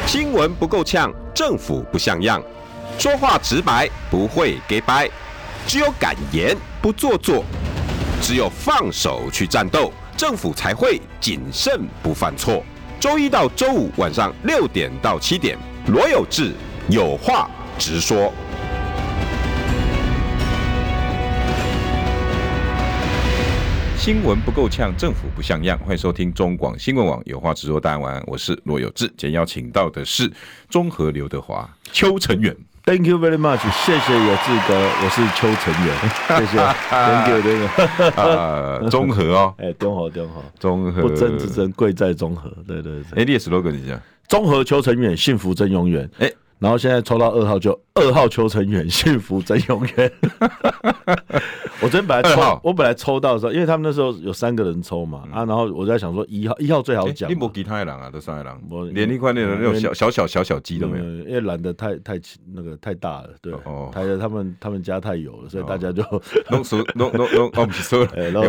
新闻不够呛，政府不像样，说话直白，不会给掰，只有敢言不做作，只有放手去战斗，政府才会谨慎不犯错。周一到周五晚上6点到7点，罗有志有话直说。新闻不够呛，政府不像样。欢迎收听中广新闻网有话直说。大家晚安，我是罗有志。今天邀请到的是中和刘德华、邱成远。 Thank you very much， 谢谢有志哥，我是邱成远，谢谢，Thank you， 中和哦， 中和，不争之争，贵在中和，对。 你的 slogan 是这样， 中和邱成远，幸福真永远。然后现在抽到2号就2号邱成远，幸福真永远。我昨天本来抽到的时候，因为他们那时候有3个人抽嘛，然后我在想说1号最好讲。 你没其他的人啊，都3个人，连一块那种小鸡都没有， 因为懒得太大了，对，他们家太有了，所以大家就弄我不是说，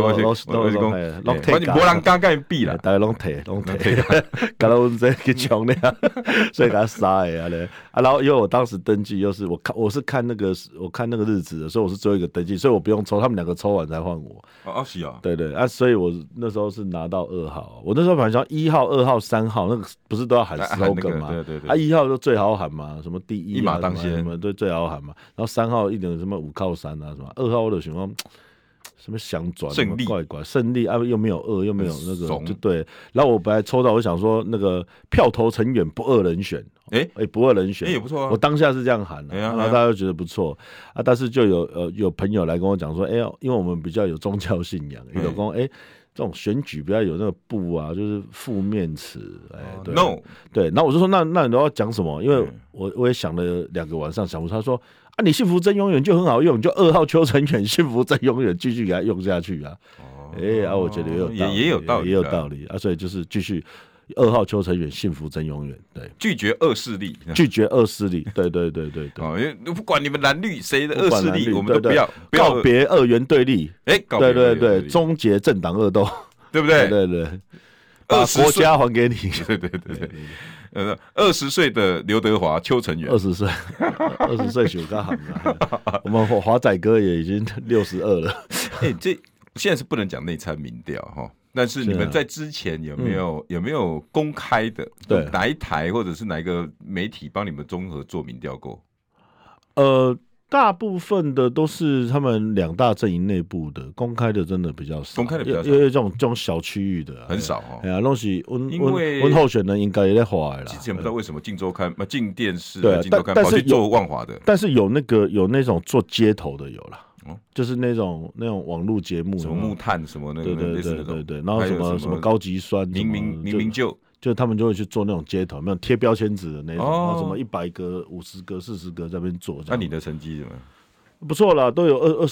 反正没人敢跟你比啦， 大家拢摕，搞到我们这个穷的，所以给他杀的咧。然后因为我当时登记又是我是看那个日子的，所以我是最后一个登记，所以我不用抽，他们2个抽完才换我。 是啊， 对所以我那时候是拿到2号，我那时候反正1号、2号、3号那个不是都要喊 slogan 吗？对，1号就最好喊嘛，什么第一马当先， 什么对最好喊嘛，然后3号一点什么5靠3啊什么，2号我就想说什么想转胜利怪胜利啊，又没有2，又没有那个就对。然后我本来抽到，我想说那个票投成远不2人选，不2人选也不错啊。我当下是这样喊的，然后大家就觉得不错啊。但是就有朋友来跟我讲说，因为我们比较有宗教信仰，有的说这种选举比较有那个不啊，就是负面词，对 ，no， 对。然后我就说那你都要讲什么？因为我也想了2个晚上，想不出。他说啊，你幸福真永远就很好用，你就2号邱成远幸福真永远继续给他用下去啊。我觉得也有道理啊，所以就是继续2号邱成远幸福真永远，对， 拒绝恶势力， 对， 因为不管你们蓝绿谁的恶势力，我们都不要告别2元对立，对，终结政党恶斗， 对不对？ 对，把国家还给你， 对，20岁的刘德华、邱成远 ，20岁就刚好了，我们华仔哥也已经62了， 这现在是不能讲内参民调哈。但是你们在之前有没有公开的，哪一台或者是哪一个媒体帮你们综合做民调过？ 大部分的都是他们2大阵营内部的，公开的真的比较少，因为这种小区域的很少都是因为候选人应该也在画的啦。 之前不知道为什么镜周刊、镜电视、镜周刊跑去做万华的， 但是有那种做街头的有啦。就是那种网络节目， 什么木炭什么那个， 对，然后什么高级酸， 明就他们就会去做那种街头，没有贴标签纸的那种，然后什么100个、50个、40个在那边做。 那你的成绩怎么样？ 不错啦，都有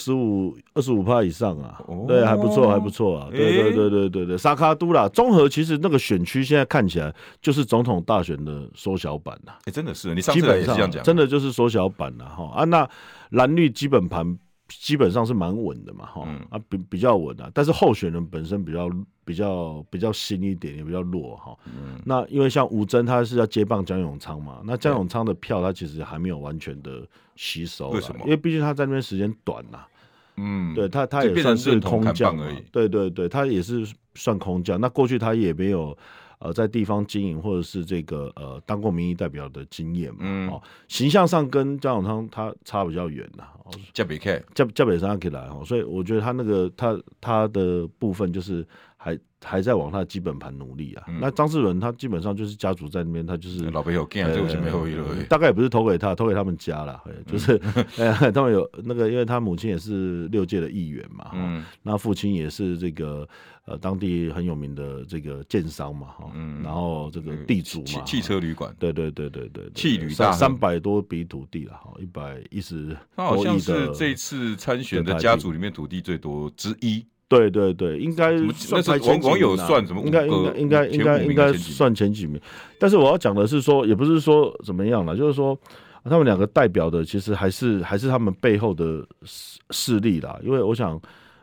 25%以上啊，对，还不错啊，对，沙卡都啦，中和其实那个选区现在看起来就是总统大选的缩小版啦， 真的是，你上次也是这样讲， 真的就是缩小版啦哈那蓝绿基本盘基本上是蛮稳的嘛，比较稳啊，但是候选人本身比较新一点，也比较弱哈。那因为像吴峥他是要接棒江永昌嘛，那江永昌的票他其实还没有完全的吸收， 为什么？ 因为毕竟他在那边时间短呐。对他也算是空降而已，对，他也是算空降。那过去他也没有在地方经营或者是这个当过民意代表的经验嘛，形象上跟江永昌他差比较远呐， 加北开加北上起来所以我觉得他那个他的部分就是还在往他的基本盘努力啊。那张志伦他基本上就是家族在那边，他就是老朋友，这我是没后裔了， 大概也不是投给他们家啦，就是他们有那个，因为他母亲也是6届的议员嘛，那父亲也是这个当地很有名的这个建商嘛，然后这个地主嘛， 汽车旅馆， 对， 汽旅大 300多笔土地了，110 他好像是这次参选的家族里面土地最多之一。 对，应该那是网友算什么？ 应该算前几名。但是我要讲的是说，也不是说怎么样了，就是说他们2个代表的其实还是他们背后的势力啦。因为我想，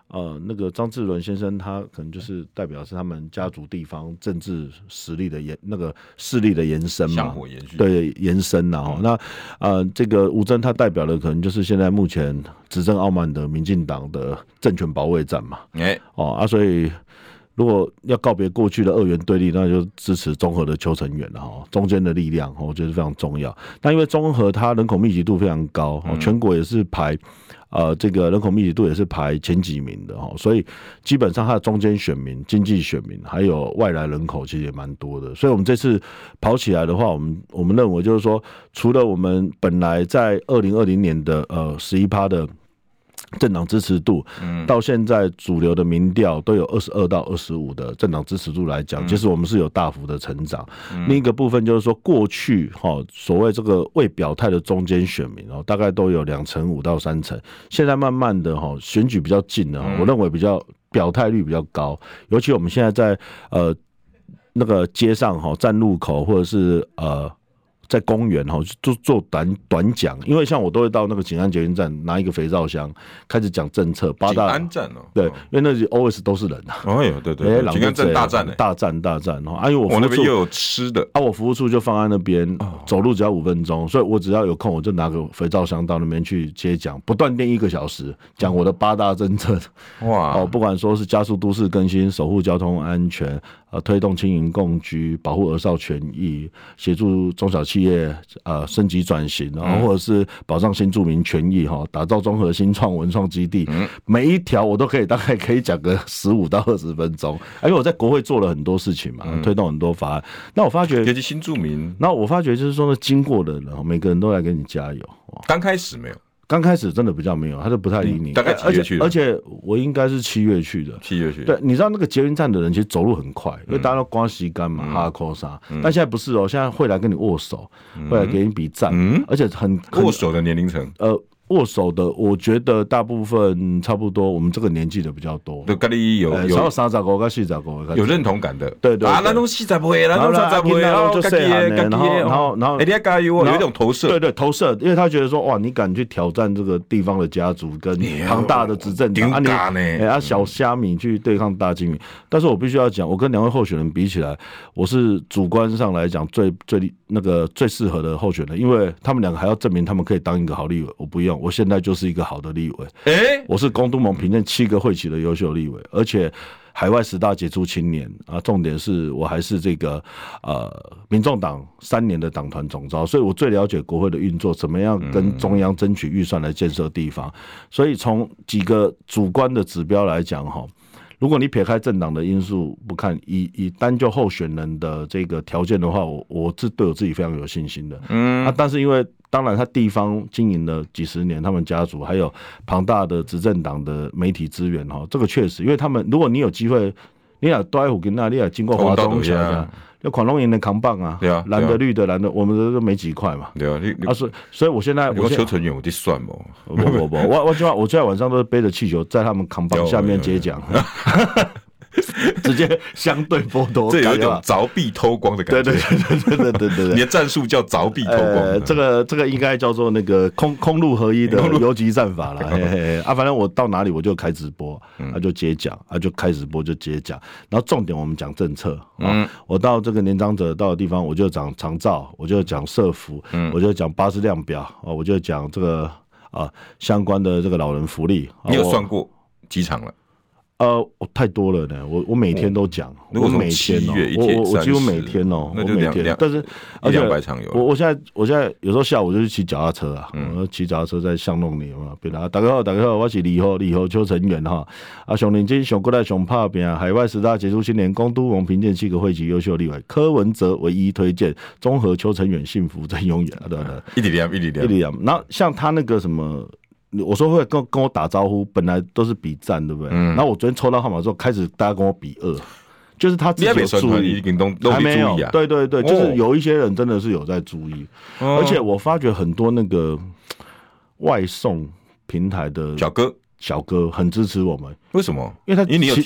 那个张志伦先生，他可能就是代表是他们家族地方政治势力的延伸嘛， 香火延续， 对，延伸然那这个吴峥他代表的可能就是现在目前执政傲慢的民进党的政权保卫战嘛，所以如果要告别过去的二元对立，那就支持中和的邱成远了哈，中间的力量我觉得非常重要。但因为中和它人口密集度非常高，全国也是排这个人口密集度也是排前几名的哈，所以基本上它的中间选民、经济选民还有外来人口其实也蛮多的。所以我们这次跑起来的话，我们认为就是说，除了我们本来在2020年的11%的政党支持度，到现在主流的民调都有22到25的政党支持度来讲，其实我们是有大幅的成长。另一个部分就是说，过去所谓这个未表态的中间选民大概都有2成5到3成，现在慢慢的选举比较近了，我认为比较表态率比较高，尤其我们现在在那个街上站路口或者是在公园就做短讲，因为像我都会到那个景安捷运站拿一个肥皂箱开始讲政策。景安站对，因为那里 always 都是人啊。 对，景安站大战大战因为我那边又有吃的我服务处就放在那边，走路只要5分钟，所以我只要有空我就拿个肥皂箱到那边去接讲，不断电1个小时，讲我的8大政策。哇！不管说是加速都市更新、守护交通安全、推动青银共居、保护儿少权益、协助中小企业升级转型，然后或者是保障新住民权益打造综合新创文创基地，每一条我都可以大概可以讲个15到20分钟，因为我在国会做了很多事情嘛，推动很多法案。那我发觉尤其新住民， 那我发觉就是说呢，经过的人每个人都来给你加油。 刚开始没有。 刚开始真的比较没有，他就不太理你。 大概几月去的？ 而且我应该是7月去的。 7月去的。 对，你知道那个捷运站的人其实走路很快，因为大家都刮洗干嘛，哈扣啥。但现在不是现在会来跟你握手，会来给你比赞，而且很握手的年龄层。 握手的，我觉得大部分差不多，我们这个年纪的比较多。 对，跟你有 30个跟40个有认同感的。 对， 那种40岁，那种30岁， 然后就然后一定要加油，有一种投射。 对，投射，因为他觉得说，哇，你敢去挑战这个地方的家族跟庞大的执政党，小虾米去对抗大金米。但是我必须要讲，我跟2位候选人比起来，我是主观上来讲最适合的候选人，因为他们2个还要证明他们可以当一个好立委，我不用。我现在就是一个好的立委，我是公都盟评鉴7个会期的优秀立委，而且海外10大杰出青年重点是我还是这个民众党3年的党团总召，所以我最了解国会的运作，怎么样跟中央争取预算来建设地方。所以从几个主观的指标来讲如果你撇开政党的因素不看，以单就候选人的这个条件的话，我是对我自己非常有信心的。但是因为当然他地方经营了几十年，他们家族还有庞大的执政党的媒体资源这个确实，因为他们如果你有机会，你也都在附近那，你也经过华中桥。要狂龙营的扛棒啊，蓝的绿的蓝的，我们都没几块嘛。 对啊， 所以我现在邱成远我得算不？ 我今天晚上都背着气球在他们扛棒下面接奖。直接相对剥夺， 这有一种凿壁偷光的感觉。对，你的战术叫凿壁偷光。 这个应该叫做那个空路合一的游击战法啦。反正我到哪里我就开直播，就接讲，就开直播就接讲。然后重点我们讲政策。我到这个年长者到的地方，我就讲长照，我就讲社福，我就讲巴士量表，我就讲这个相关的这个老人福利。 你有算过几场了？ 太多了呢，我每天都讲，我每天我几乎每天那就200， 但是而且 200场有。 我现在有时候下午就去骑脚踏车啊，我骑脚踏车在巷弄里嘛，别大家好，我是李侯邱成远哈。熊林金熊过来熊拍边海外10大杰出青年公都盟评鉴7个会期优秀立委，柯文哲唯一推荐，综合邱成远幸福真永远对。 一直念。 然后像他那个什么。我说会跟我打招呼，本来都是比赞，对不对？然后我昨天抽到号码之后，开始大家跟我比2，就是他自己有注意，还没有。对，就是有一些人真的是有在注意，而且我发觉很多那个外送平台的小哥很支持我们。 为什么？ 因为你有提。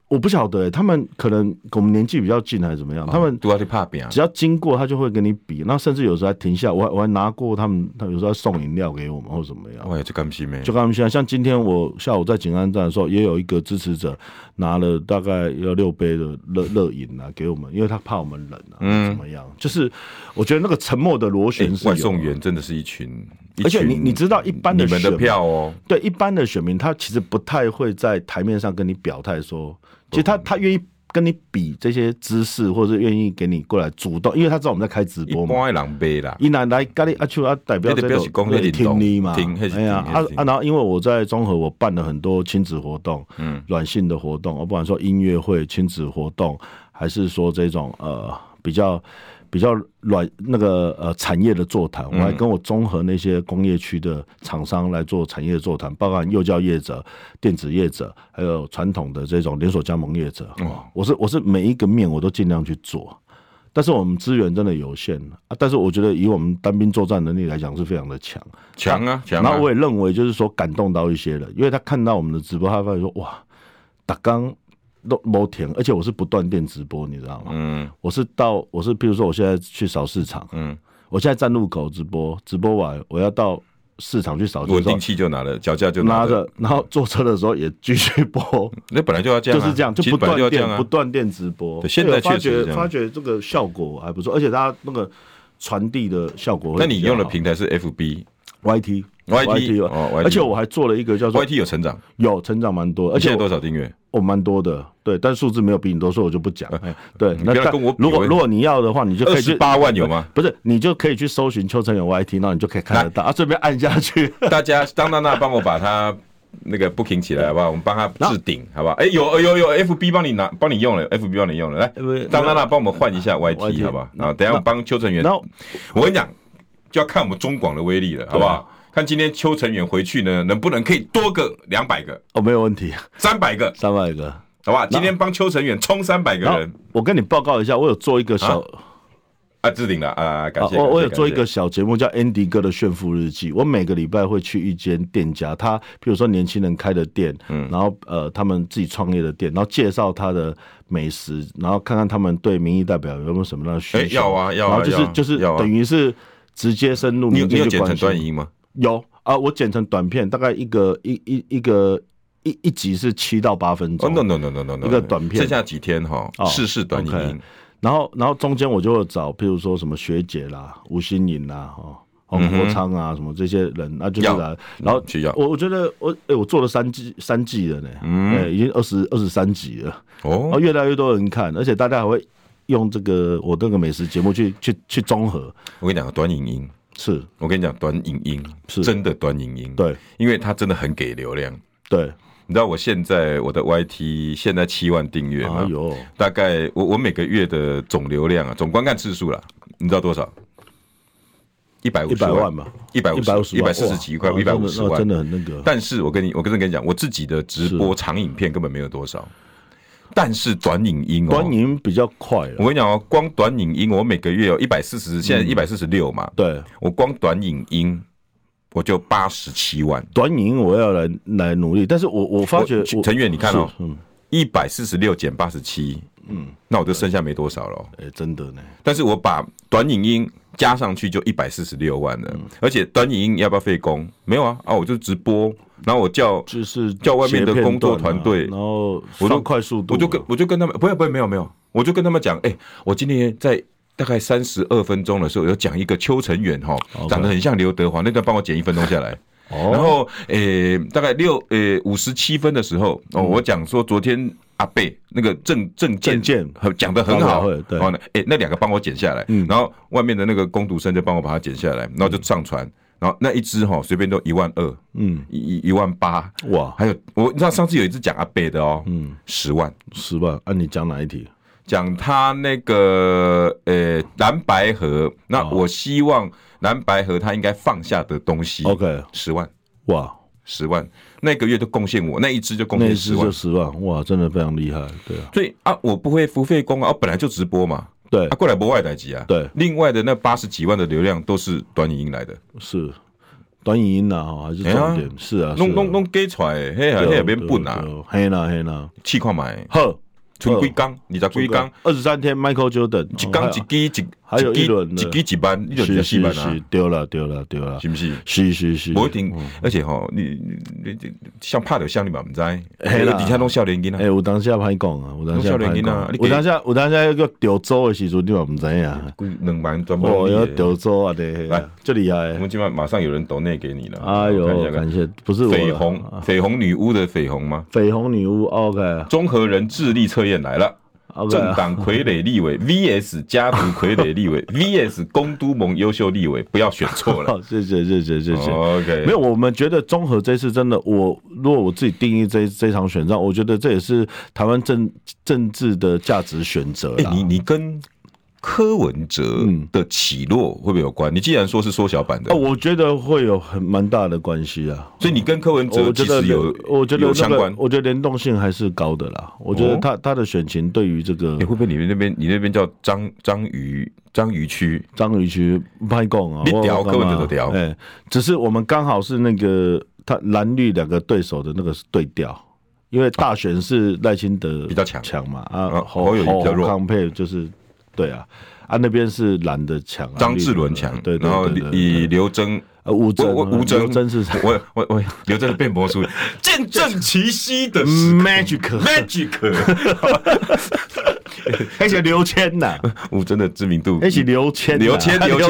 我不晓得、他们可能跟我们年纪比较近还是怎么样，他们只要经过他就会跟你比，然后甚至有时候还停下，我还拿过他有时候送饮料给我们或怎么样。 哇，这甘心没？ 就甘心啊！像今天我下午在景安站的时候，也有一个支持者拿了大概要6杯的热饮啊给我们，因为他怕我们冷啊，怎么样？就是我觉得那个沉默的螺旋是外送员真的是一群， 而且你知道一般的你们的票哦， 对一般的选民，他其实不太会在台面上跟你表态说。其实他愿意跟你比这些姿势，或者愿意给你过来主动，因为他知道我们在开直播嘛。 一般的人背啦， 伊来跟你就代表这个听你嘛。哎呀然后因为我在中和，我办了很多亲子活动，软性的活动，不管说音乐会、亲子活动，还是说这种比较软产业的座谈，我还跟我综合那些工业区的厂商来做产业的座谈，包括幼教业者、电子业者，还有传统的这种连锁加盟业者。我是每一个面我都尽量去做，但是我们资源真的有限啊。但是我觉得以我们单兵作战能力来讲是非常的强啊。然后我也认为就是说感动到一些人，因为他看到我们的直播，他发现说哇，大刚。都没停，而且我是不断电直播，你知道吗？我是譬如说我现在去扫市场，我现在站路口直播完，我要到市场去扫， 稳定器就拿了，脚架就拿着，然后坐车的时候也继续播。 那本来就要这样、 就是这样，就不断电直播。 现在确实发觉这个效果还不错，而且大家那个传递的效果会。 那你用的平台是 FB、YT 而且我还做了一个叫做 YT 有成长蛮多，而且现在多少订阅？ 蛮多的，对，但数字没有比你多，所以我就不讲。对， 那跟我如果你要的话，你就可以去 28万有吗？ 不是，你就可以去搜寻邱成远 YT， 然后你就可以看得到啊，顺便按下去。 大家当娜娜帮我把它那个 booking 起来好不好？我们帮他置顶好不好？有 FB 帮你用了 ，FB 帮你用了，来，当娜娜帮我们换一下 YT 好不好？然后等一下我帮邱成远，我跟你讲，就要看我们中广的威力了，好不好？看今天邱成远回去呢，能不能可以多个200个？ 没有问题 ，300个，好吧？今天帮邱成远冲300个人。 我跟你报告一下，我有做一个小置顶了啊，感谢。 我有做一个小节目叫 Andy 哥的炫富日记。我每个礼拜会去一间店家，他比如说年轻人开的店，然后他们自己创业的店，然后介绍他的美食，然后看看他们对民意代表有没有什么样的需求。 要啊， 然后就是等于是直接深入民间去关心。 你有剪成短影音吗？ 有啊，我剪成短片，大概一集是7到8分钟。 No， 一个短片， 剩下几天试短影音。 然后中间我就会找，譬如说什么学姐啦、吴欣颖啦、黄国昌啊什么这些人，那就是来。然后我觉得我做了三季了呢，已经23集了。越来越多人看，而且大家还会用这个我这个美食节目去综合。 我跟你讲，短影音。 是我跟你讲，短影音是真的短影音， 对， 因为它真的很给流量。 对， 你知道我现在我的 YT 现在7万订阅嘛？大概我每个月的总流量啊，总观看次数啦，你知道多少？150万嘛 ，140几块，150万， 真的很那个。 但是我跟你讲，我自己的直播长影片根本没有多少。但是短影音短影音比较快。 我跟你讲光短影音我每个月有140，现在146嘛。 对，我光短影音我就87万。 短影音我要来努力，但是我发觉陈远你看146减87，那我就剩下没多少了。 真的呢。 但是我把短影音加上去就146万了，而且短影音要不要费工？没有啊，我就直播。然后我叫外面的工作团队， 然后放快速度， 我就跟他们不没有，我就跟他们讲，我今天在大概32分钟的时候有讲一个邱成远长得很像刘德华，那段帮我剪1分钟下来。然后大概57分的时候，我讲说昨天阿贝那个证件讲得很好，然后呢那2个帮我剪下来，然后外面的那个工读生就帮我把它剪下来，然后就上传。然后那一支随便都12000， 18000，哇！还有你知道上次有一支讲阿北的10万， 你讲哪一题？ 讲他那个蓝白河，那我希望蓝白河他应该放下的东西 ，OK， 10万， 哇 ，10万，那个月就贡献我那一支就贡献10万，那一支就10万，哇，真的非常厉害，对啊。 所以我不会付费工本来就直播嘛。 对， 过来国外代机啊。 对， 另外的那80几万的流量都是短影音来的。 是， 短影音啊，还是重点，是啊， 弄给出来，嘿也免本啊， 嘿啦， 试看卖， 好， 剩几工，20几工 ，23天 Michael Jordan， 一工一支还有一轮的一支1万，你就4万啊， 对了， 是不是？ 是， 不一定，而且吼，你像拍到像你嘛唔知，底下弄少年囡啊， 有当下歹讲啊，有当下歹讲，有当下个调租的时阵，你嘛唔知呀 ，2万专门要调租啊的，来，最厉害， 我们今晚马上有人抖内给你了， 哎呦，感谢，不是绯红女巫的绯红吗？ 绯红女巫 ，OK， 综合人智力测验来了。政党傀儡立委 VS 家族傀儡立委 VS 公都盟优秀立委，不要选错了。 谢谢。 OK， 没有，我们觉得综合这次真的，如果我自己定义这场选战，我觉得这也是台湾政治的价值选择啦。 你跟柯文哲的起落会不会有关？你既然说是缩小版的， 我觉得会有蛮大的关系啊。 所以你跟柯文哲其实有相关， 我觉得联动性还是高的啦。我觉得他的选情对于这个， 会不会你那边叫章鱼区拍讲啊， 你调柯文哲的调， 只是我们刚好是那个他蓝绿两个对手的那个对调。因为大选是赖清德比较强嘛，侯友宜比较弱，康沛就是对啊，那边是蓝的强， 张志伦强，对，然后以刘征。 吴征是我刘征的变魔术，见证奇迹的 magic， 而且刘谦呐， 吴征的知名度， 而且刘谦， 刘谦，刘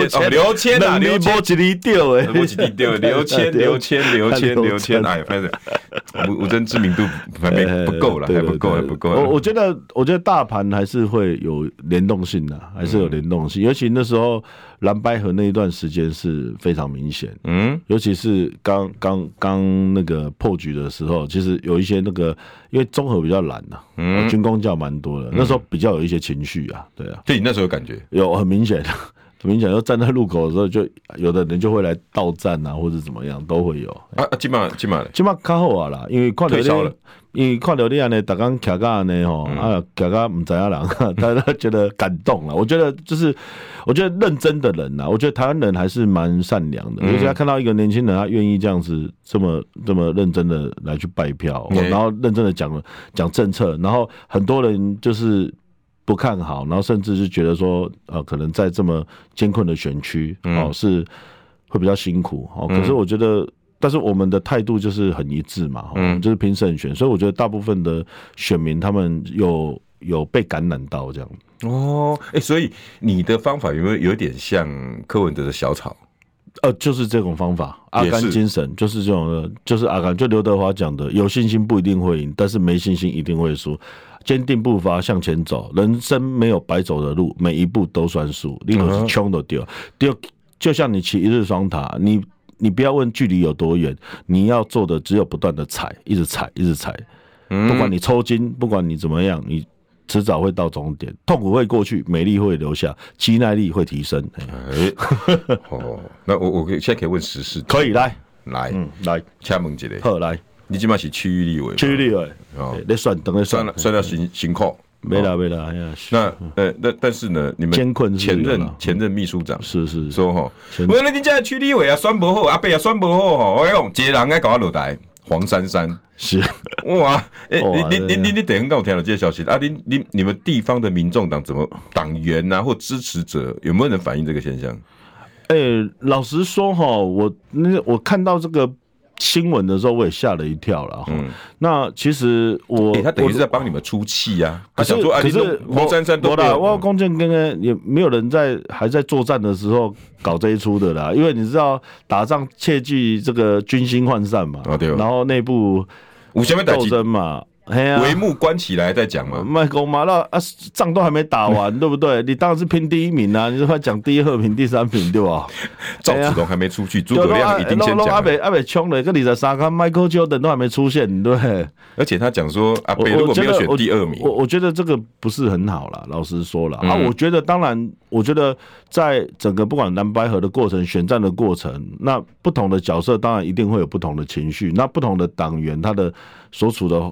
谦，哎，反正吴征知名度还不够了，还不够。 我觉得大盘还是会有联动性的，还是有联动性，尤其那时候蓝白河那一段时间是非常明显。尤其是刚那个破局的时候，其实有一些那个，因为综合比较懒呐，军工教蛮多的，那时候比较有一些情绪啊，对啊。 对你那时候有感觉？ 有很明显，就站在路口的时候，就有的人就会来倒站啊，或者怎么样都会有。 今晚较好啊啦，因为看到你安尼，大家徛到安尼吼，徛到唔知影人，大家觉得感动了。我觉得认真的人呐，我觉得台湾人还是蛮善良的。尤其他看到一个年轻人，他愿意这样子这么认真的来去拜票，然后认真的讲政策，然后很多人就是不看好，然后甚至是觉得说，可能在这么艰困的选区，是会比较辛苦。可是我觉得。但是我们的态度就是很一致嘛，就是拼胜选，所以我觉得大部分的选民他们有被感染到这样。 所以你的方法有没有有点像柯文哲的小草？ 就是这种方法，阿甘精神就是这种的，就是阿甘，就刘德华讲的，有信心不一定会赢，但是没信心一定会输。坚定步伐向前走，人生没有白走的路，每一步都算数。你可是冲都丢，就像你骑一日双塔，你不要问距离有多远，你要做的只有不断的踩，一直踩。不管你抽筋，不管你怎么样，你迟早会到终点，痛苦会过去，美丽会留下，肌耐力会提升。 那我现在可以问时事， 可以来， 请问一下， 好来， 你今嘛是区域立委， 你算到辛苦。 没啦， 那但是呢，你们前任秘书长是说我那你这区立委啊，选不好，阿伯也选不好我用一个人该搞落台，黄珊珊是哇，你等下我听到这些消息啊，你们地方的民众党怎么党员啊或支持者有没有人反映这个现象？ 老实说我看到这个新闻的时候，我也吓了一跳了。那其实他等于是在帮你们出气啊。他想说， 可是黄珊珊都我龚建跟也没有人还在作战的时候搞这一出的啦。因为你知道，打仗切忌这个军心涣散嘛，然后内部斗争嘛。 帷幕关起来再讲嘛， 卖公嘛，那仗都还没打完，对不对？你当然是拼第一名啊，你就快讲第一二名、第三名，对吧？ 赵子龙还没出去，诸葛亮已经先讲了。 阿北冲了，跟23看 Michael Jordan 都还没出现，对。 而且他讲说，阿北如果没有选第二名， 我觉得这个不是很好啦，老实说啦。我觉得当然，我觉得在整个不管蓝白合的过程、选战的过程，那不同的角色当然一定会有不同的情绪，那不同的党员他的所处的环境，他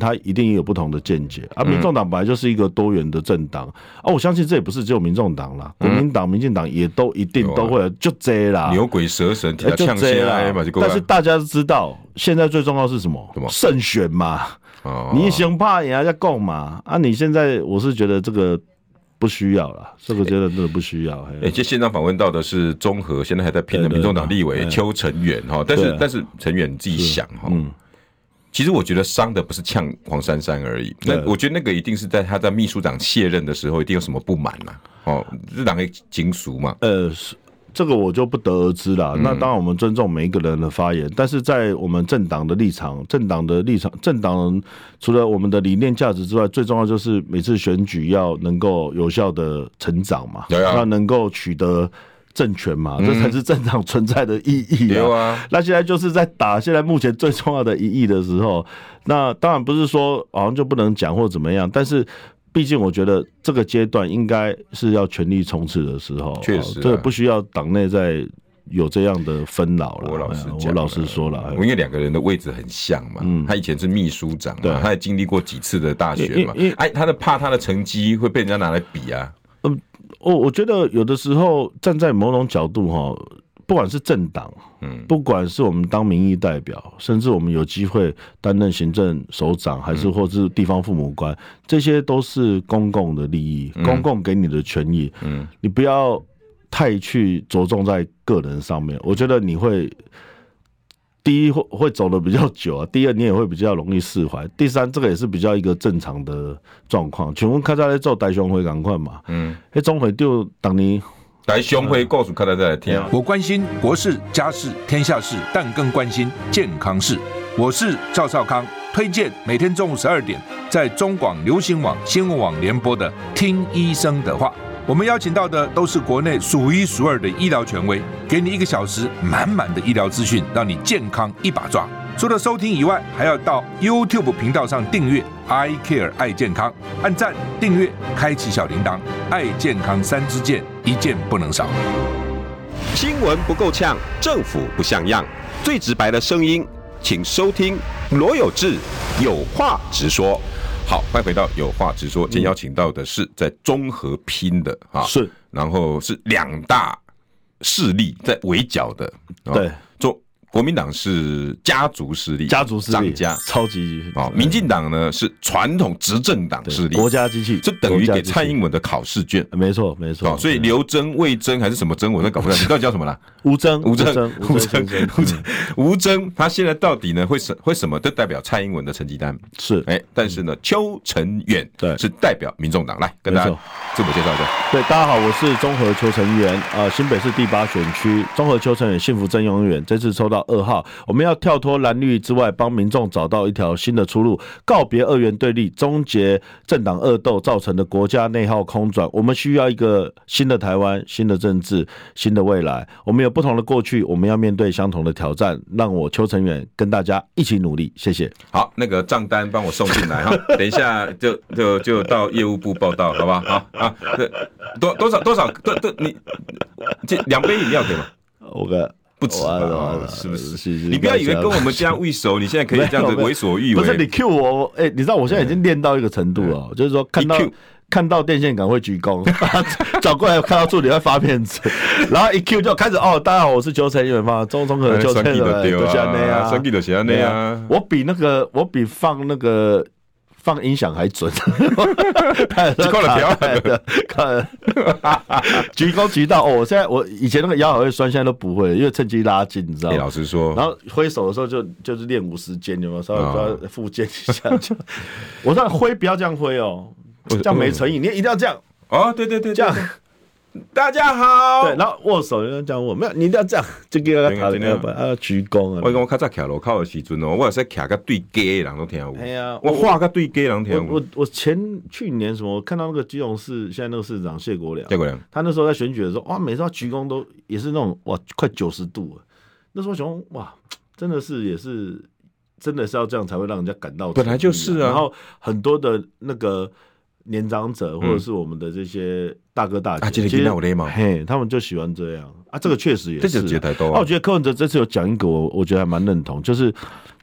他一定也有不同的见解啊。民众党本来就是一个多元的政党啊，我相信这也不是只有民众党啦，国民党、民进党也都一定都会就这啦， 牛鬼蛇神，就这啦。但是大家都知道，现在最重要是什么？胜选嘛。你想怕人家在讲嘛？啊，你现在我是觉得这个不需要啦，这个真的不需要。 这现场访问到的是中和，现在还在拼的民众党立委邱成远哈，但是成远你自己想哈，其实我觉得伤的不是呛黄珊珊而已，那我觉得那个一定是在他在秘书长卸任的时候一定有什么不满嘛，日党的警俗嘛， 这个我就不得而知啦。那当然我们尊重每一个人的发言，但是在我们政党的立场，政党除了我们的理念价值之外，最重要就是每次选举要能够有效的成长嘛，要能够取得政权嘛，这才是政党存在的意义啊。那现在就是在打现在目前最重要的一役的时候，那当然不是说好像就不能讲或怎么样，但是毕竟我觉得这个阶段应该是要全力冲刺的时候， 确实， 这不需要党内再有这样的纷扰了。我老实说了， 因为两个人的位置很像嘛，他以前是秘书长嘛，他也经历过几次的大选嘛，他怕他的成绩会被人家拿来比啊。 我觉得有的时候站在某种角度哈，不管是政党，不管是我们当民意代表，甚至我们有机会担任行政首长，还是或是地方父母官，这些都是公共的利益，公共给你的权益，你不要太去着重在个人上面。我觉得你会第一会走得比较久啊，第二你也会比较容易释怀，第三这个也是比较一个正常的状况。请问看在在做台商会赶快嘛，中会就当你。 来雄会告诉大家再来听。 我关心国事、家事、天下事，但更关心健康事。我是赵少康，推荐每天中午12点在中广流行网、新闻网联播的《听医生的话》。我们邀请到的都是国内数一数二的医疗权威，给你1个小时满满的医疗资讯，让你健康一把抓。除了收听以外，还要到 YouTube 频道上订阅 I Care 爱健康，按赞、订阅、开启小铃铛，爱健康3支箭，一件不能少。 新闻不够呛，政府不像样，最直白的声音，请收听罗有志有话直说。 好，欢迎回到有话直说。今天邀请到的是在中和拼的是， 然后是2大势力在围剿的， 对。 国民党是家族势力，张家超级民进党呢是传统执政党势力， 国家机器， 这等于给蔡英文的考试卷， 没错。 所以刘征、魏征还是什么征，我都搞不清楚，你到底叫什么啦？吴征，他现在到底呢会什么？都代表蔡英文的成绩单是， 但是呢，邱成远是代表民众党，来跟大家自我介绍一下。 对，大家好，我是中和邱成远，新北市第8选区中和邱成远幸福真永远，这次抽到2号，我们要跳脱蓝绿之外，帮民众找到一条新的出路，告别二元对立，终结政党恶斗造成的国家内耗空转。我们需要一个新的台湾，新的政治，新的未来。我们有不同的过去，我们要面对相同的挑战。让我邱成远跟大家一起努力，谢谢。 好，那个账单帮我送进来哈，等一下就到业务部报到，好不好？好，多少？你这2杯饮料可以吗？ 我个。 不止吧，是不是？你不要以为跟我们这样畏手，你现在可以这样子为所欲为。 不是你 Q 我，你知道我现在已经练到一个程度了，就是说看到电线杆会鞠躬，转过来看到助理会发片子，然后一 Q 就开始大家好，我是邱成远嘛，中和邱成远，都是那样， 生气都是那样。 我比放那个。放音响还准，鞠躬鞠到我以前那个腰还会酸，现在都不会，因为趁机拉筋，你知道吗？ 老实说， 然后挥手的时候就是练50肩，有没有？稍微复健一下。我说挥不要这样挥哦，这样没诚意，你一定要这样。 对， 这样。 大家好， 对，然后握手就这样握，没有，你一定要这样，这个要鞠躬啊。 我讲我较早徛路口的时阵我有时徛甲对家的人都听有。我画甲对家的人听有。 我去年什么，我看到那个基隆市现在那个市长谢国良，他那时候在选举的时候，哇，每次他鞠躬都也是那种快90度了。那时候想哇，真的是要这样才会让人家感到， 本来就是啊。 然后很多的那个。年长者或者是我们的这些大哥大姐，其实他们就喜欢这样啊。这个确实也是。 这是节台多。 我觉得柯文哲这次有讲一个，我觉得还蛮认同，就是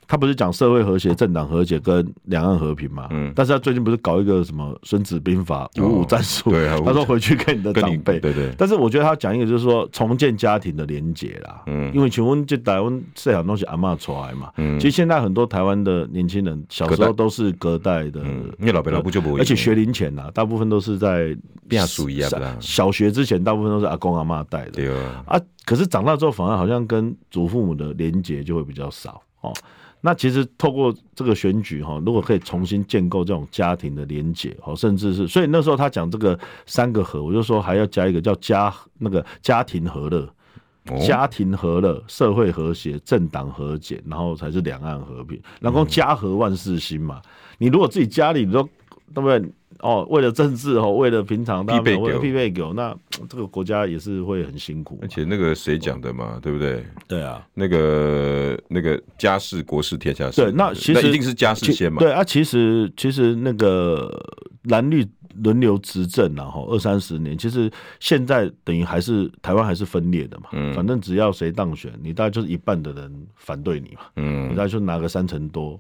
他不是讲社会和谐、政党和解跟两岸和平嘛？但是他最近不是搞一个什么《孙子兵法》55战术？对啊，他说回去跟你的长辈。对。但是我觉得他讲一个就是说重建家庭的连结啦。因为请问这台湾这样东西阿嬷出来嘛？其实现在很多台湾的年轻人小时候都是隔代的， 因为老爸老母就不会， 而且学龄前大部分都是在小学之前，大部分都是阿公阿嬷带的。对啊，可是长大之后反而好像跟祖父母的连结就会比较少哦。那其实透过这个选举如果可以重新建构这种家庭的连结，甚至是，所以那时候他讲这个3个和，我就说还要加一个叫家庭和乐。家庭和乐、社会和谐、政党和解，然后才是两岸和平。然后家和万事兴嘛。你如果自己家里都对不对？为了政治为了平常大家为了匹配狗，那这个国家也是会很辛苦。 而且那个谁讲的嘛，对不对？ 对啊， 那个家事国事天下事。 对，那其实一定是家事先嘛。 对啊，其实那个蓝绿轮流执政20-30年，其实现在等于还是台湾还是分裂的嘛。反正只要谁当选，你大概就是一半的人反对你嘛。你大概就拿个3成多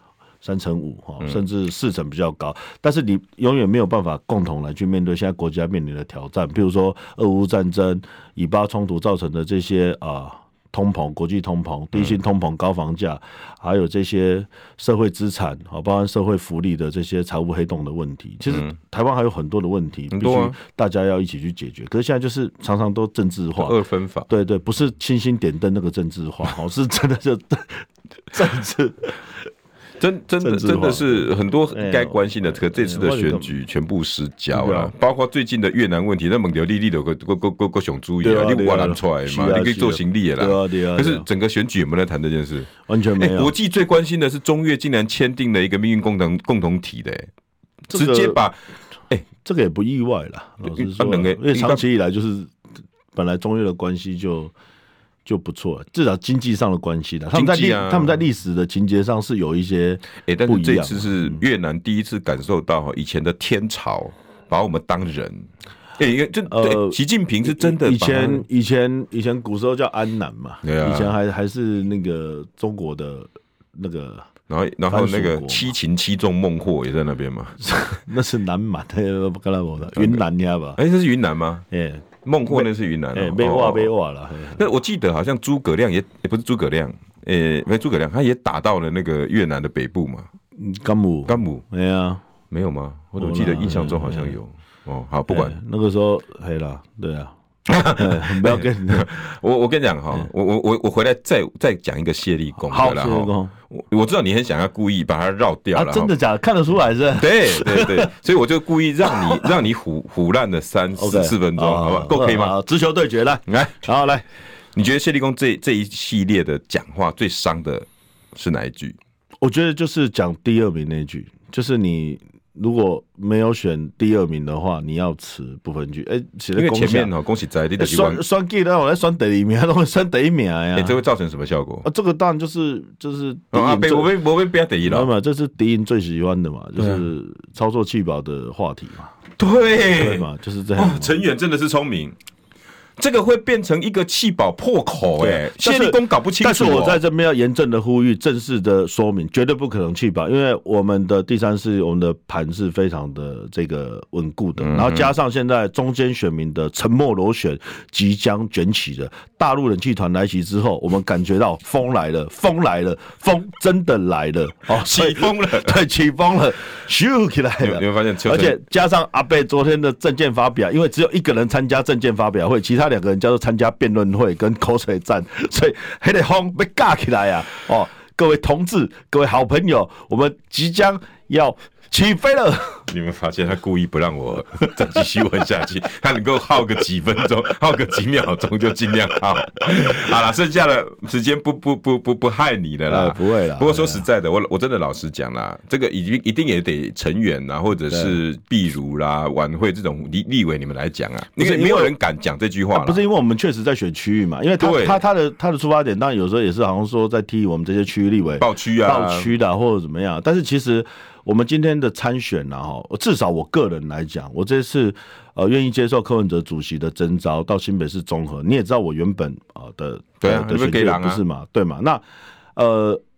，3成5，甚至4成比较高，但是你永远没有办法共同来去面对现在国家面临的挑战，比如说俄乌战争、以巴冲突造成的这些通膨、国际通膨、低薪通膨、高房价，还有这些社会资产包含社会福利的这些财务黑洞的问题，其实台湾还有很多的问题，必须大家要一起去解决。可是现在就是常常都政治化、 二分法， 对，不是星星点灯那个政治化，是真的就政治。 真的是很多该关心的，可这次的选举全部失焦了，包括最近的越南问题，那蒙条利利的个熊猪也，你我拿出来嘛，你可以做行李的啦。可是整个选举有没有在谈这件事？ 完全没有。 国际最关心的是中越竟然签订了一个命运共同体的，直接把这个也不意外啦。老实说，因为长期以来就是本来中越的关系就不错，至少经济上的关系的。他们在历史的情节上是有一些但是这次是越南第一次感受到以前的天朝把我们当人。习近平是真的。 以前古时候叫安南嘛，以前还是那个中国的那个。 然后那个七擒七纵孟获也在那边嘛。 那是南满，云南呀吧？ 这是云南吗？孟获那是云南， 没挖了。 那我记得好像诸葛亮也不是诸葛亮，没诸葛亮，他也打到了那个越南的北部嘛。 甘姆， 没有吗？我怎么记得印象中好像有。好，不管那个时候黑了，对啊。不要跟我跟你讲我回来再讲一个谢立功的啦。好，我知道你很想要故意把它绕掉了。 真的假的？看得出来是？ 对，所以我就故意让你唬烂了3-4分钟，好吧？够可以吗？ 直球对决，来，好来， 你觉得谢立功这一系列的讲话最伤的是哪一句？ 我觉得就是讲第2名那一句，就是你如果没有选第2名的话，你要持不分区。 因为前面恭喜在你的选举的我在选第2名，都会选第1名呀。 这会造成什么效果？ 这个当然就是我被变第1了嘛，这是敌人最喜欢的嘛，就是操作弃保的话题嘛。 对嘛，就是这样。 陈远真的是聪明。这个会变成一个弃保破口谢立功搞不清楚。 但是我在这边要严正的呼吁，正式的说明，绝对不可能弃保，因为我们的第3势力，我们的盘是非常的这个稳固的，然后加上现在中间选民的沉默螺旋即将卷起了，大陆人气团来袭之后，我们感觉到风来了，风真的来了， 起风了， 对，起风了，咻起来了。 你会发现， 而且加上阿伯昨天的政见发表，因为只有1个人参加政见发表会，其他2个人叫做参加辩论会跟口水战，所以那个风被架起来啊！各位同志，各位好朋友，我们即将要起飞了。 你们发现他故意不让我再继续问下去，他能够耗个几分钟，耗个几秒钟就尽量耗。好了，剩下的时间不害你的啦， 不会啦。 不过说实在的，我真的老实讲啦，这个一定也得陈远啦，或者是碧如啦、晚会这种立委你们来讲啊，因为没有人敢讲这句话啦。 不是因为我们确实在选区域嘛，因为他的出发点，当然有时候也是好像说在替我们这些区域立委爆区的或者怎么样，但是其实。我们今天的参选至少我个人来讲，我这次愿意接受柯文哲主席的征召到新北市综合，你也知道我原本的对啊， 的选区不是嘛，对嘛？那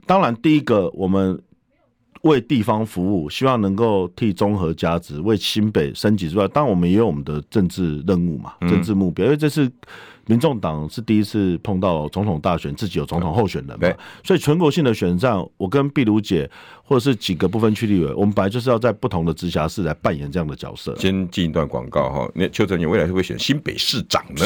当然第一个我们为地方服务，希望能够替中和加值，为新北升级之外，当然我们也有我们的政治任务嘛，政治目标，因为这是民众党是第一次碰到总统大选，自己有总统候选人嘛，所以全国性的选战，我跟碧如姐或者是几个不分区立委，我们本来就是要在不同的直辖市来扮演这样的角色。 先进一段广告哈，那邱成远未来会不会选新北市长呢？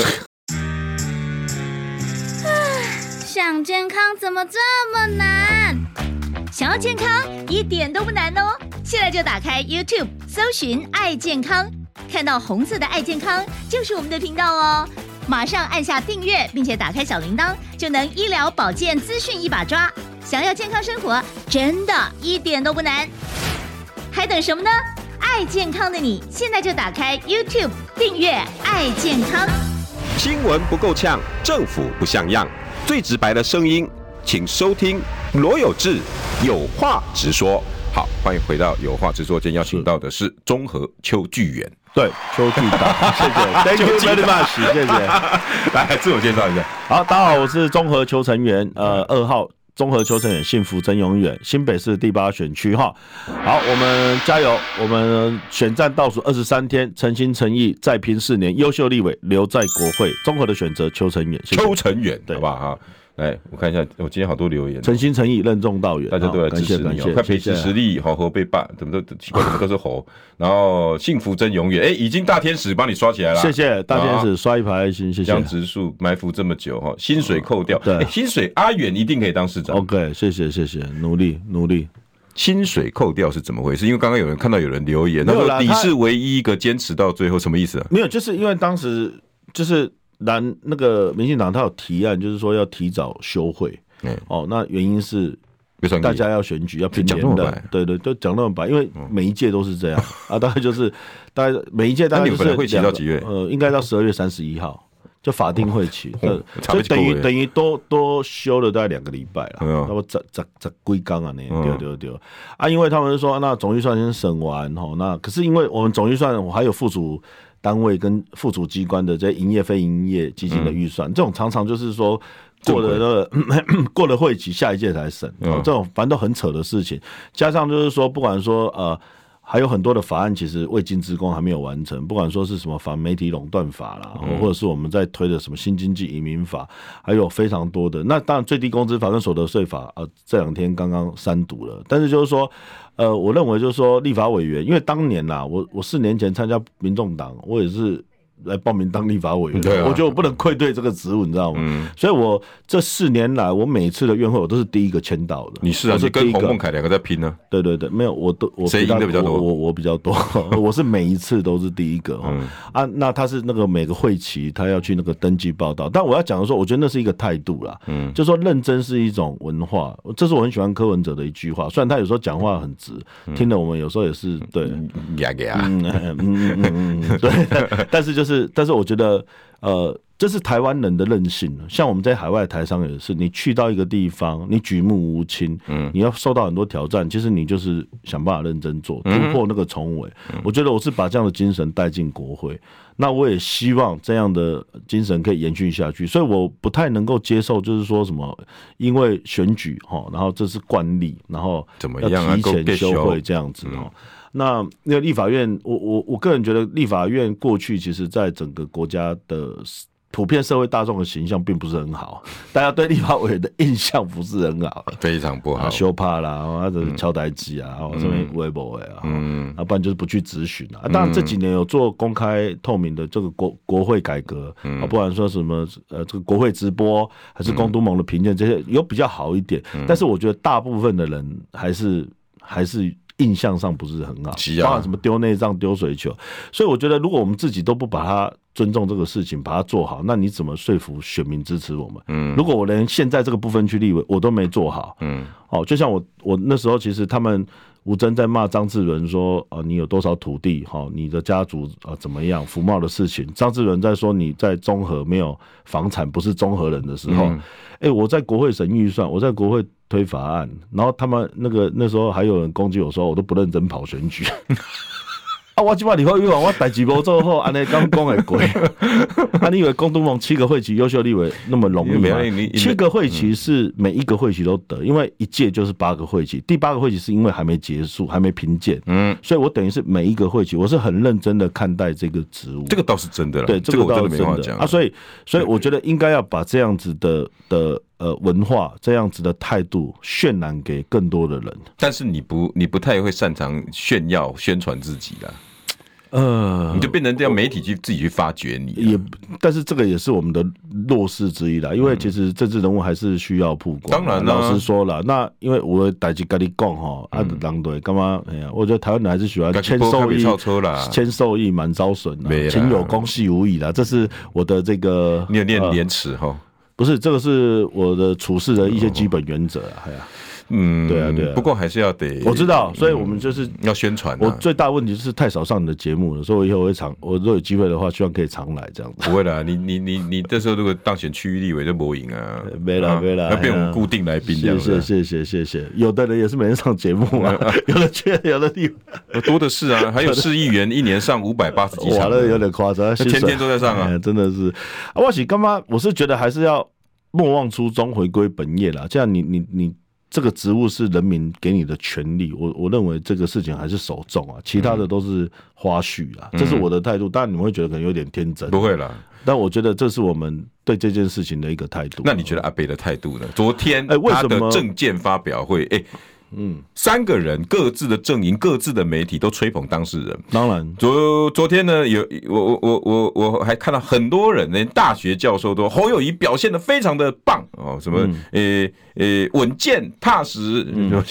想健康怎么这么难？想要健康一点都不难哦！现在就打开 YouTube 搜寻爱健康，看到红色的爱健康就是我们的频道哦。马上按下订阅，并且打开小铃铛，就能医疗保健资讯一把抓。想要健康生活，真的一点都不难，还等什么呢？爱健康的你，现在就打开 YouTube 订阅爱健康。 新闻不够呛，政府不像样，最直白的声音，请收听罗有志有话直说。好，欢迎回到有话直说，今天邀请到的是中和邱巨源。 对，邱巨达，谢谢 ，Thank you very much， 谢谢。 来，自我介绍一下。 好，大家好，我是中和邱成源，2号中和邱成源，幸福真永远，新北市第8选区哈。好，我们加油，我们选战倒数23天，诚心诚意再拼4年，优秀立委留在国会，综合的选择邱成源， 邱成源，好不好哈？来，我看一下，我今天好多留言， 诚心诚意，任重道远， 大家都来支持你哦，快培植实力，好猴被霸，怎么都奇怪，怎么都是猴。然后幸福真永远，已经大天使帮你刷起来了， 谢谢大天使刷一排爱心，谢谢。 江直树埋伏这么久哈，薪水扣掉，对，薪水阿远一定可以当市长。 OK， 谢谢，努力。 薪水扣掉是怎么回事？因为刚刚有人看到有人留言，他说你是唯一一个坚持到最后，什么意思啊？ 没有，就是因为当时就是那个民进党他有提案，就是说要提早休会。那原因是大家要选举，要拼连任，对，都讲那么白，因为每一届都是这样啊，大概每一届大概就是会期到几月？ 应该到12月31号。就法定会期，所以等于多休了大概2个礼拜了，那么十几天啊，对啊，因为他们说那总预算先审完那可是因为我们总预算我还有附属单位跟附属机关的这些营业非营业基金的预算，这种常常就是说过了会期，下一届才审，这种反正都很扯的事情，加上就是说不管说还有很多的法案其实未尽之功还没有完成，不管说是什么反媒体垄断法啦，或者是我们在推的什么新经济移民法，还有非常多的。那当然最低工资法跟所得税法这2天刚刚3读了，但是就是说我认为就是说立法委员，因为当年啦，我4年前参加民众党，我也是来报名当立法委员，我觉得我不能愧对这个职务，你知道吗？所以我这4年来，我每次的院会我都是第一个签到的。 你是啊，你跟洪孟凯2个在拼呢？ 对，没有，我谁赢的比较多？ 我比较多，我是每一次都是第一个那他是那个每个会期他要去那个登记报道，但我要讲的说，我觉得那是一个态度啦，就说认真是一种文化，这是我很喜欢柯文哲的一句话，虽然他有时候讲话很直，听了我们有时候也是对，对，但是我觉得这是台湾人的韧性，像我们在海外台商也是，你去到一个地方，你举目无亲，你要受到很多挑战，其实你就是想办法认真做，突破那个重围。我觉得我是把这样的精神带进国会，那我也希望这样的精神可以延续下去，所以我不太能够接受就是说什么因为选举然后这是惯例，然后要提前休会这样子那个立法院，我个人觉得立法院过去其实在整个国家的普遍社会大众的形象并不是很好，大家对立法委员的印象不是很好， 非常不好， 羞怕啦，或者敲台机啊，什么微博不然就是不去质询啊。当然这几年有做公开透明的这个国会改革不管说什么这个国会直播还是公督盟的评鉴，这些有比较好一点，但是我觉得大部分的人还是印象上不是很好，包含什么丢内脏、丢水球，所以我觉得如果我们自己都不把它尊重这个事情，把它做好，那你怎么说服选民支持我们？如果我连现在这个不分区立委我都没做好，就像我那时候其实他们吴峥在骂张志伦说你有多少土地你的家族怎么样服贸的事情，张志伦在说你在中和没有房产不是中和人的时候，我在国会审预算，我在国会推法案，然后他们那时候还有人攻击我说我都不认真跑选举啊，我即摆立法委员，我代志无做好，安尼刚讲会过。啊，你以为公都盟7个会期优秀立委那么容易吗？7个会期是每一个会期都得，因为一届就是8个会期，第8个会期是因为还没结束，还没评鉴，所以我等于是每一个会期，我是很认真的看待这个职务。 这个倒是真的啦， 对，这个我真的没话讲啊。所以我觉得应该要把这样子的文化，这样子的态度渲染给更多的人。 但是你不太会擅长炫耀宣传自己啦。你就变成这样，媒体去自己去发掘你也，但是这个也是我们的弱势之一啦。因为其实政治人物还是需要曝光。 当然啦， 老实说了，那因为我的代志跟你讲哈，人对干嘛？哎呀，我觉得台湾人还是喜欢签受益满招损啦，情有公戏无益啦。这是我的这个， 你有念廉耻哈？ 不是，这个是我的处事的一些基本原则啊。哎呀。对啊。 不过还是要得， 我知道，所以我们就是要宣传。 我最大问题就是太少上你的节目了，所以我以后我如果有机会的话，希望可以常来这样子。 不会啦，你这时候如果当选区域立委就没赢啊， 没啦， 要变我们固定来宾这样子。 谢谢。有的人也是每天上节目啊，有的地方多的是啊，还有市议员1年上580几场， 哇，那有点夸张， 天天都在上啊， 真的是。我是觉得还是要莫忘初衷，回归本业啦。这样你。这个职务是人民给你的权利，我认为这个事情还是首重啊，其他的都是花絮啦，这是我的态度。当然你们会觉得可能有点天真， 不会啦， 但我觉得这是我们对这件事情的一个态度。 那你觉得阿北的态度呢？昨天他的政见发表会，3个人各自的阵营、各自的媒体都吹捧当事人。 当然， 昨天呢，我还看到很多人，连大学教授都侯友宜表现得非常的棒哦，什么稳健踏实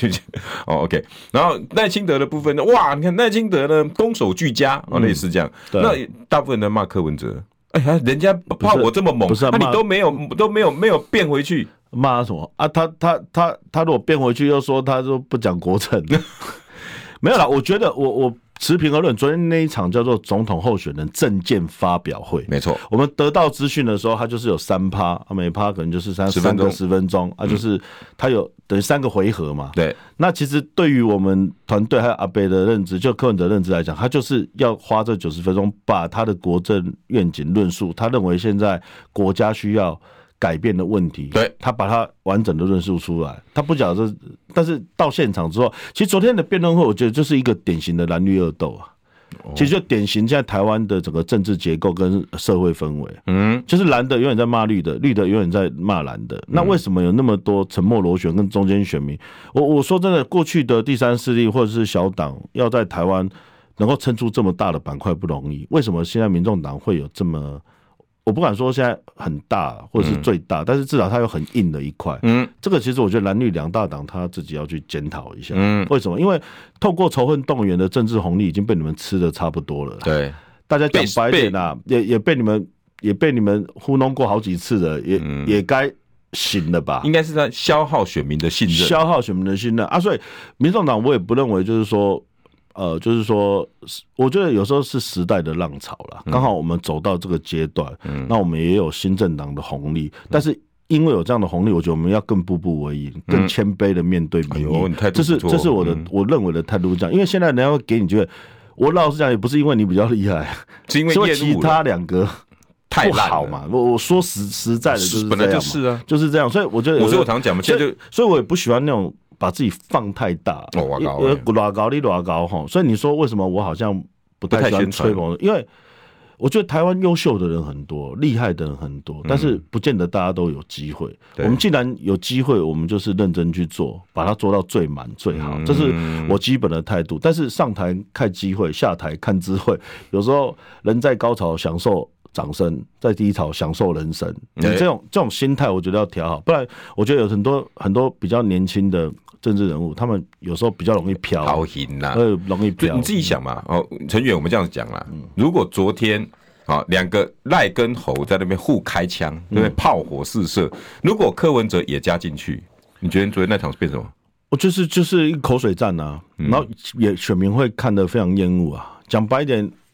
，OK。然后赖清德的部分呢，哇，你看赖清德呢攻守俱佳哦，类似这样。那大部分人骂柯文哲，哎呀，人家怕我这么猛，你都没有变回去。 骂什么啊？他如果变回去又说他说不讲国政，没有啦。我觉得我持平而论，昨天那一场叫做总统候选人政见发表会， 没错。 我们得到资讯的时候，他就是有3%，每趴可能就是10分钟啊，就是他有等于3个回合嘛。 对。 那其实对于我们团队还有阿北的认知，就柯文哲认知来讲，他就是要花这90分钟，把他的国政愿景论述，他认为现在国家需要改变的问题， 对， 他把它完整的论述出来。他不讲这，但是到现场之后，其实昨天的辩论会，我觉得就是一个典型的蓝绿恶斗啊。其实就典型现在台湾的整个政治结构跟社会氛围，就是蓝的永远在骂绿的，绿的永远在骂蓝的。那为什么有那么多沉默螺旋跟中间选民？我说真的，过去的第三势力或者是小党要在台湾能够撑出这么大的板块不容易。为什么现在民众党会有这么？我不敢说现在很大或者是最大，但是至少它有很硬的一块。这个其实我觉得蓝绿2大党他自己要去检讨一下。为什么？因为透过仇恨动员的政治红利已经被你们吃的差不多了。 对， 大家讲白一点啦，也被你们糊弄过好几次了，也该醒了吧？ 应该是在消耗选民的信任， 啊！所以民众党我也不认为就是说。就是说，我觉得有时候是时代的浪潮啦，刚好我们走到这个阶段，那我们也有新政党的红利，但是因为有这样的红利，我觉得我们要更步步为营，更谦卑的面对民意。这是我认为的态度，这样，因为现在人家会给你觉得，我老实讲，也不是因为你比较厉害， 是因为其他2个太好嘛。我说实在的，就是这样嘛， 本来就是啊， 就是这样。所以我觉得， 所以我常讲嘛， 所以我也不喜欢那种。把自己放太大，拉高哈，所以你说为什么我好像不太喜欢吹捧？因为我觉得台湾优秀的人很多，厉害的人很多，但是不见得大家都有机会。我们既然有机会，我们就是认真去做，把它做到最满最好，这是我基本的态度。但是上台看机会，下台看智慧，有时候人在高潮享受掌声，在低潮享受人生，这种心态我觉得要调好，不然我觉得有很多比较年轻的政治人物，他们有时候比较容易飘， 好型呐， 容易飘。 你自己想嘛，陈远，我们这样讲啦，如果昨天2个赖跟侯在那边互开枪，对不对？炮火四射，如果柯文哲也加进去，你觉得昨天那场变什么？ 我就是一个口水战啊，然后也选民会看得非常厌恶啊。讲白一点。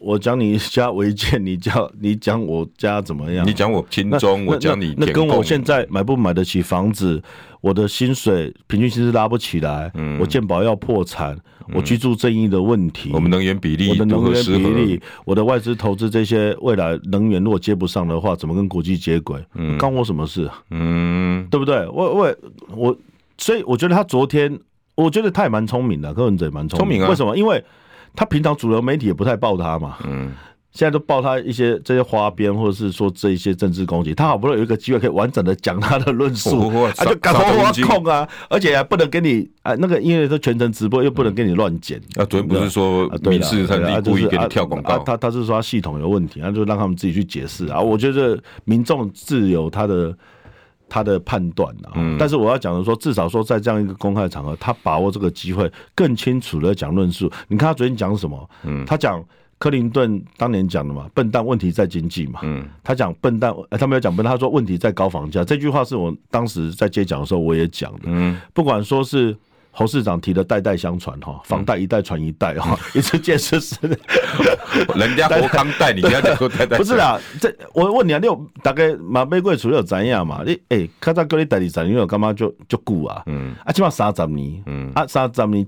我讲你家违建，你讲我家怎么样？ 你讲我亲中，我讲你那跟我现在买不买得起房子，我的薪水平均薪资拉不起来，我健保要破产，我居住正义的问题， 我们能源比例， 我的能源比例，我的外资投资这些未来能源如果接不上的话，怎么跟国际接轨？关我什么事？对不对？我，所以我觉得他昨天，我觉得他也蛮聪明的，柯文哲也蛮聪明啊。 为什么？因为他平常主流媒体也不太报他嘛，现在都报他一些这些花边，或者是说这一些政治攻击，他好不容易有一个机会可以完整的讲他的论述，就赶快挖空啊，而且还不能给你那个因为是全程直播，又不能给你乱剪。 昨天不是说民视他自己故意给你跳广告， 他是说他系统有问题，他就让他们自己去解释啊。我觉得民众自有他的判断但是我要讲的说，至少说在这样一个公开的场合，他把握这个机会，更清楚的讲论述。你看他昨天讲什么？他讲克林顿当年讲的嘛，笨蛋，问题在经济嘛。他讲笨蛋，他没有讲笨蛋，他说问题在高房价。这句话是我当时在接讲的时候我也讲的。不管说是侯市长提的代代相传房贷一代传一代一直建设是人家活康贷，你不要讲说代代。 不是啦，我问你啊，你有大概马买过厝有知影嘛？你较早叫你代理30年，干嘛就久啊？起码30年，30年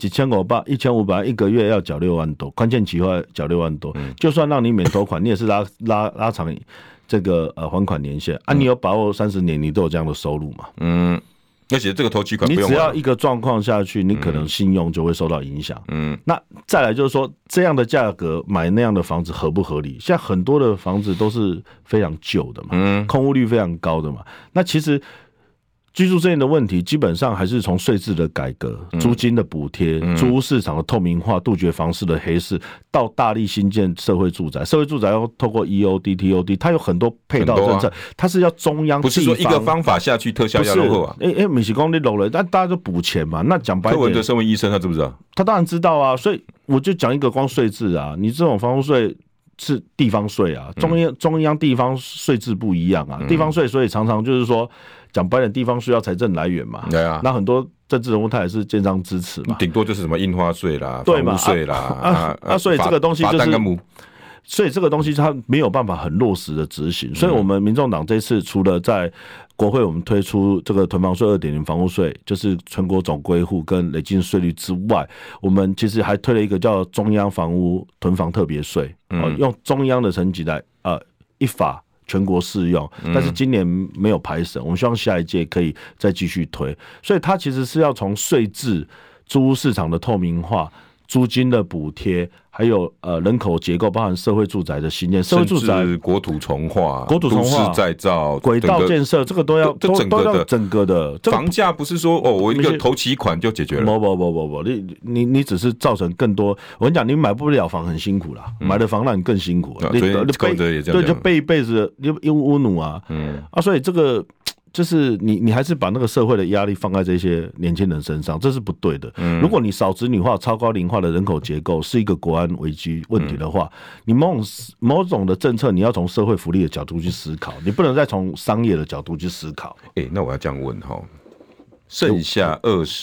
1500一个月要缴6万多，宽限期要缴6万多，就算让你免头款，你也是拉长这个还款年限你有把握30年，你都有这样的收入嘛？ 而且这个头期款不用， 你只要一个状况下去，你可能信用就会受到影响。那再来就是说，这样的价格买那样的房子合不合理？现在很多的房子都是非常旧的嘛，空屋率非常高的嘛。那其实居住正义的问题，基本上还是从税制的改革、租金的补贴、租屋市场的透明化、杜绝房市的黑市，到大力新建社会住宅。社会住宅要透过 EOD、TOD， 它有很多配套政策，它是要中央不是说一个方法下去特效药落后不是讲你漏了，但大家都补钱嘛。那讲白点， 柯文哲身为医生，他知不知道？ 他当然知道啊。所以我就讲一个光税制啊，你这种房屋税是地方税啊，中央地方税制不一样啊。地方税，所以常常就是说。讲白点，地方需要财政来源嘛？对啊，那很多政治人物他也是建商支持嘛， 顶多就是什么印花税啦、房屋税啦所以这个东西就是，所以这个东西它没有办法很落实的执行。所以我们民众党这次除了在国会我们推出这个囤房税 2.0 房屋税，就是全国总归户跟累进税率之外，我们其实还推了一个叫中央房屋囤房特别税，用中央的层级来一法。全国适用，但是今年没有排审，我们希望下一届可以再继续推。所以它其实是要从税制、租屋市场的透明化、租金的补贴，还有人口结构，包含社会住宅的新建、社会住宅、 国土重划、都市再造、 轨道建设，这个都要整个的房价不是说我一个头期款就解决了。 不，你只是造成更多。我跟你讲，你买不了房很辛苦啦，买了房让你更辛苦。 所以柯文哲也这样讲， 对，就背一辈子又乌奴啊，所以这个。就是你还是把那个社会的压力放在这些年轻人身上，这是不对的。如果你少子女化、超高龄化的人口结构是一个国安危机问题的话，你某种的政策你要从社会福利的角度去思考，你不能再从商业的角度去思考。 那我要这样问哈，剩下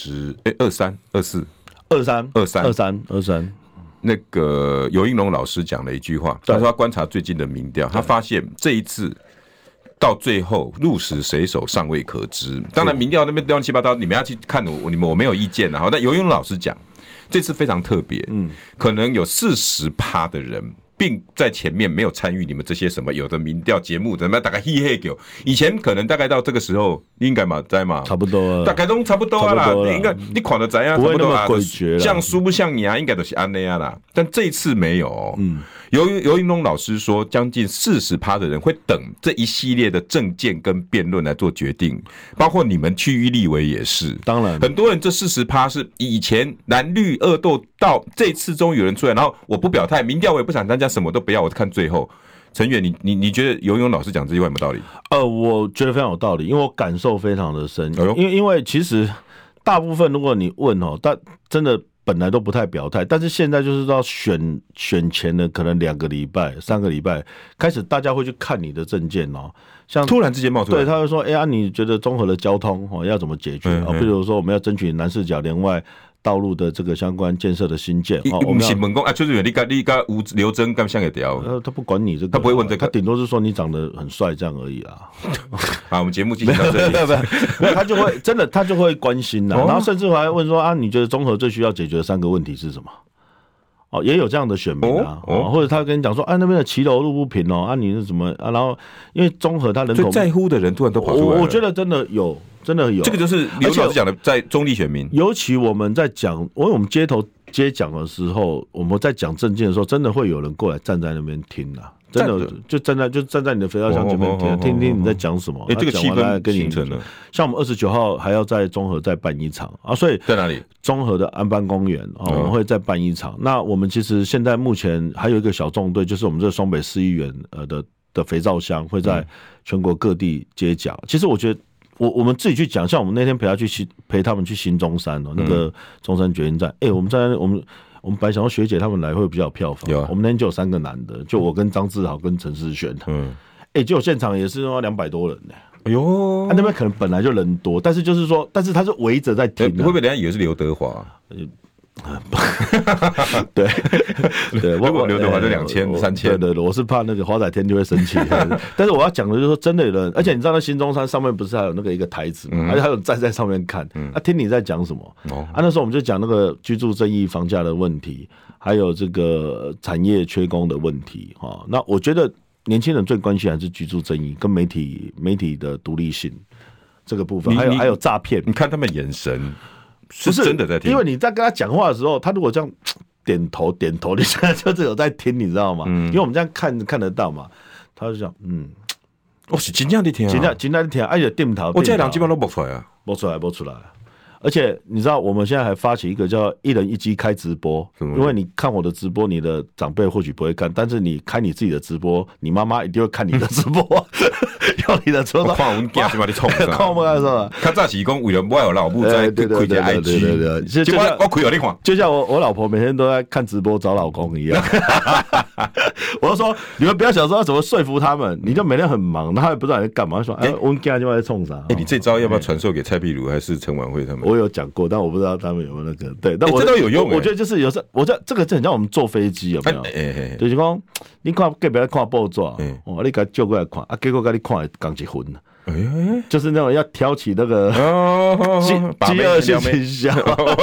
23、24。那个尤英龙老师讲了一句话，他说他观察最近的民调，他发现这一次。到最后鹿死谁手尚未可知。当然，民调那边乱七八糟，你们要去看我没有意见啊。但尤英老师讲，这次非常特别，可能有40%的人并在前面没有参与你们这些什么有的民调节目的，大概嘿嘿狗。以前可能大概到这个时候，你应该嘛在嘛， 差不多， 大概都差不多啦。你应该你看得怎样？ 不会那么诡谲， 像输不像你啊，应该都是安那样啦。但这一次没有。尤英龙老师说，将近40%的人会等这一系列的政见跟辩论来做决定，包括你们区域立委也是。 当然， 很多人这40%是以前蓝绿恶斗，到这次终于有人出来，然后我不表态，民调我也不想参加，什么都不要，我看最后。陈远，你觉得尤英龙老师讲这句话有没有道理？ 我觉得非常有道理，因为我感受非常的深。因为其实大部分如果你问但真的。本来都不太表态，但是现在就是到选前的可能2个礼拜、3个礼拜开始，大家会去看你的政见像突然之间冒出来， 对，他会说：“你觉得综合的交通要怎么解决？比如说我们要争取南市角连外道路的这个相关建设的新建。 我们是问讲啊，邱志远，你跟吴刘真干像个屌？ 他不管你这个， 他不会问这个， 他顶多是说你长得很帅这样而已啦。 好，我们节目进行到这里， 没有，他就会真的，他就会关心啦，然后甚至还问说啊，你觉得中和最需要解决的3个问题是什么？也有这样的选民啊，或者他跟你讲说，那边的骑楼路不平哦，你是怎么啊？然后因为中和他人口最在乎的人突然都跑出来了， 我觉得真的有，这个就是刘老师讲的，在中立选民， 尤其我们在讲，因为我们街头接讲的时候，我们在讲政见的时候，真的会有人过来站在那边听啊。真的就站在你的肥皂箱前面听听你在讲什么。 这个气氛形成了。 像我们29号还要在中和再办一场啊，所以在哪里？ 中和的安邦公园我们会再办一场。那我们其实现在目前还有一个小纵队，就是我们这双北市议员的肥皂箱会在全国各地接讲。其实我觉得我们自己去讲，像我们那天陪他们去新中山那个中山捷运站，我们本来想说学姐他们来会比较有票房，我们那天就有3个男的，就我跟张志豪跟陈世轩，结果现场也是200多人呢。哎呦，那边可能本来就人多，但是就是说，但是他是围着在听， 会不会人家以为是刘德华？ 对， 如果刘德华就2000、3000， 对，我是怕那个华仔天就会生气。但是我要讲的就是说，真的有人，而且你知道那新中山上面不是还有那个一个台子吗？而且还有人站在上面看，听你在讲什么。那时候我们就讲那个居住正义、房价的问题，还有这个产业缺工的问题。那我觉得年轻人最关心还是居住正义跟媒体的独立性这个部分，还有诈骗。 你看他们眼神。是真的在听， 因为你在跟他讲话的时候，他如果这样点头，你现在就是有在听，你知道吗？因为我们这样看得到嘛，他就讲我是真正在听， 真正在听，而且点头， 我这人基本都不出来啊， 不出来。而且你知道，我们现在还发起一个叫1人1机开直播，因为你看我的直播，你的长辈或许不会看，但是你开你自己的直播，你妈妈一定会看你的直播，用你的直播。 看我们家是把你冲上， 看我们干什么？ 他早起讲为了我有老母在开一个 IG， 就我开给你看， 就像我老婆每天都在看直播找老公一样。我就说你们不要想说要怎么说服他们，你就每天很忙，他也不知道你在干嘛，说我们家就在冲啥。 你这招要不要传授给蔡壁如还是陈婉慧他们？ 我有讲过，但我不知道他们有没有那个对，但这都有用。 我觉得就是有时候，我觉得这个就很像我们坐飞机，有没有？就是讲你看隔壁在看报纸，你给他叫过来看，结果给你看讲一分，就是那种要挑起那个饥饿性倾向。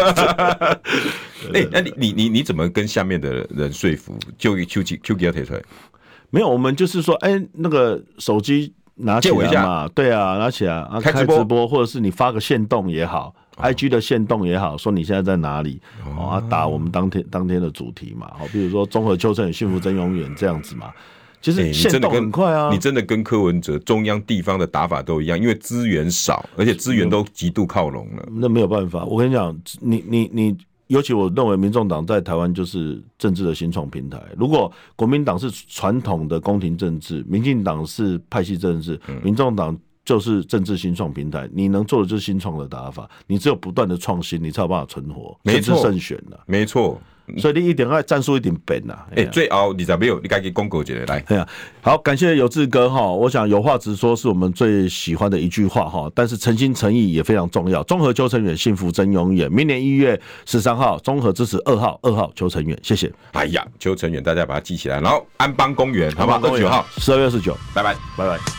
那你怎么跟下面的人说服？就给他提出来？ 没有，我们就是说，那个手机拿起来嘛，对啊，拿起来开直播，或者是你发个限动也好。IG 的限动也好，说你现在在哪里，打我们当天的主题嘛，比如说中和邱成宇幸福真永远这样子嘛，其实限动很快啊。 你真的跟柯文哲中央地方的打法都一样，因为资源少，而且资源都极度靠拢了。 那没有办法，我跟你讲，你尤其我认为民众党在台湾就是政治的新创平台。如果国民党是传统的宫廷政治，民进党是派系政治，民众党就是政治新创平台，你能做的就是新创的打法，你只有不断的创新，你才有办法存活， 没错， 胜选的， 没错。 所以你一定要战术一定变啦。 最后20秒，你该给公告一下来。 好，感谢有志哥哈，我想有话直说是我们最喜欢的一句话哈，但是诚心诚意也非常重要。中和邱成远幸福真永远，明年1月13号，中和支持2号邱成远，谢谢。 哎呀，邱成远，大家把它记起来，然后安邦公园，好不好？29号， 12月19， 拜拜， 拜拜。